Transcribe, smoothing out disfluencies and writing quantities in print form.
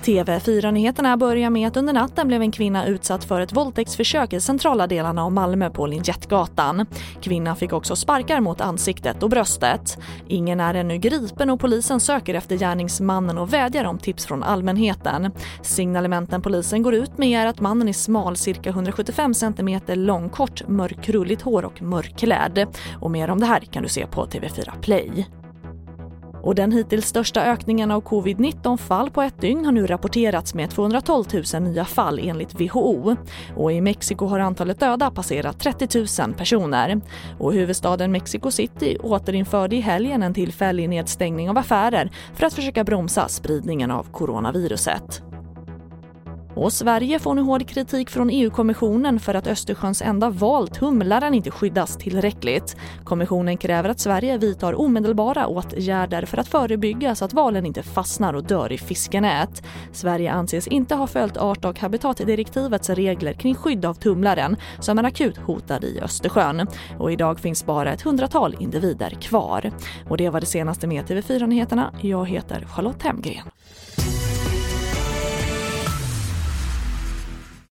TV4-nyheterna börjar med att under natten blev en kvinna utsatt för ett våldtäktsförsök i centrala delarna av Malmö på Linjettgatan. Kvinnan fick också sparkar mot ansiktet och bröstet. Ingen är ännu gripen och polisen söker efter gärningsmannen och vädjar om tips från allmänheten. Signalementen polisen går ut med är att mannen är smal, cirka 175 cm lång, kort, mörkrulligt hår och mörkklädd. Och mer om det här kan du se på TV4 Play. Och den hittills största ökningen av covid-19-fall på ett dygn har nu rapporterats med 212 000 nya fall enligt WHO. Och i Mexiko har antalet döda passerat 30 000 personer. Och huvudstaden Mexico City återinförde i helgen en tillfällig nedstängning av affärer för att försöka bromsa spridningen av coronaviruset. Och Sverige får nu hård kritik från EU-kommissionen för att Östersjöns enda val, tumlaren, inte skyddas tillräckligt. Kommissionen kräver att Sverige vidtar omedelbara åtgärder för att förebygga så att valen inte fastnar och dör i fiskenät. Sverige anses inte ha följt art- och habitatdirektivets regler kring skydd av tumlaren som är akut hotad i Östersjön. Och idag finns bara ett 100-tal individer kvar. Och det var det senaste med TV4-nyheterna. Jag heter Charlotte Hemgren.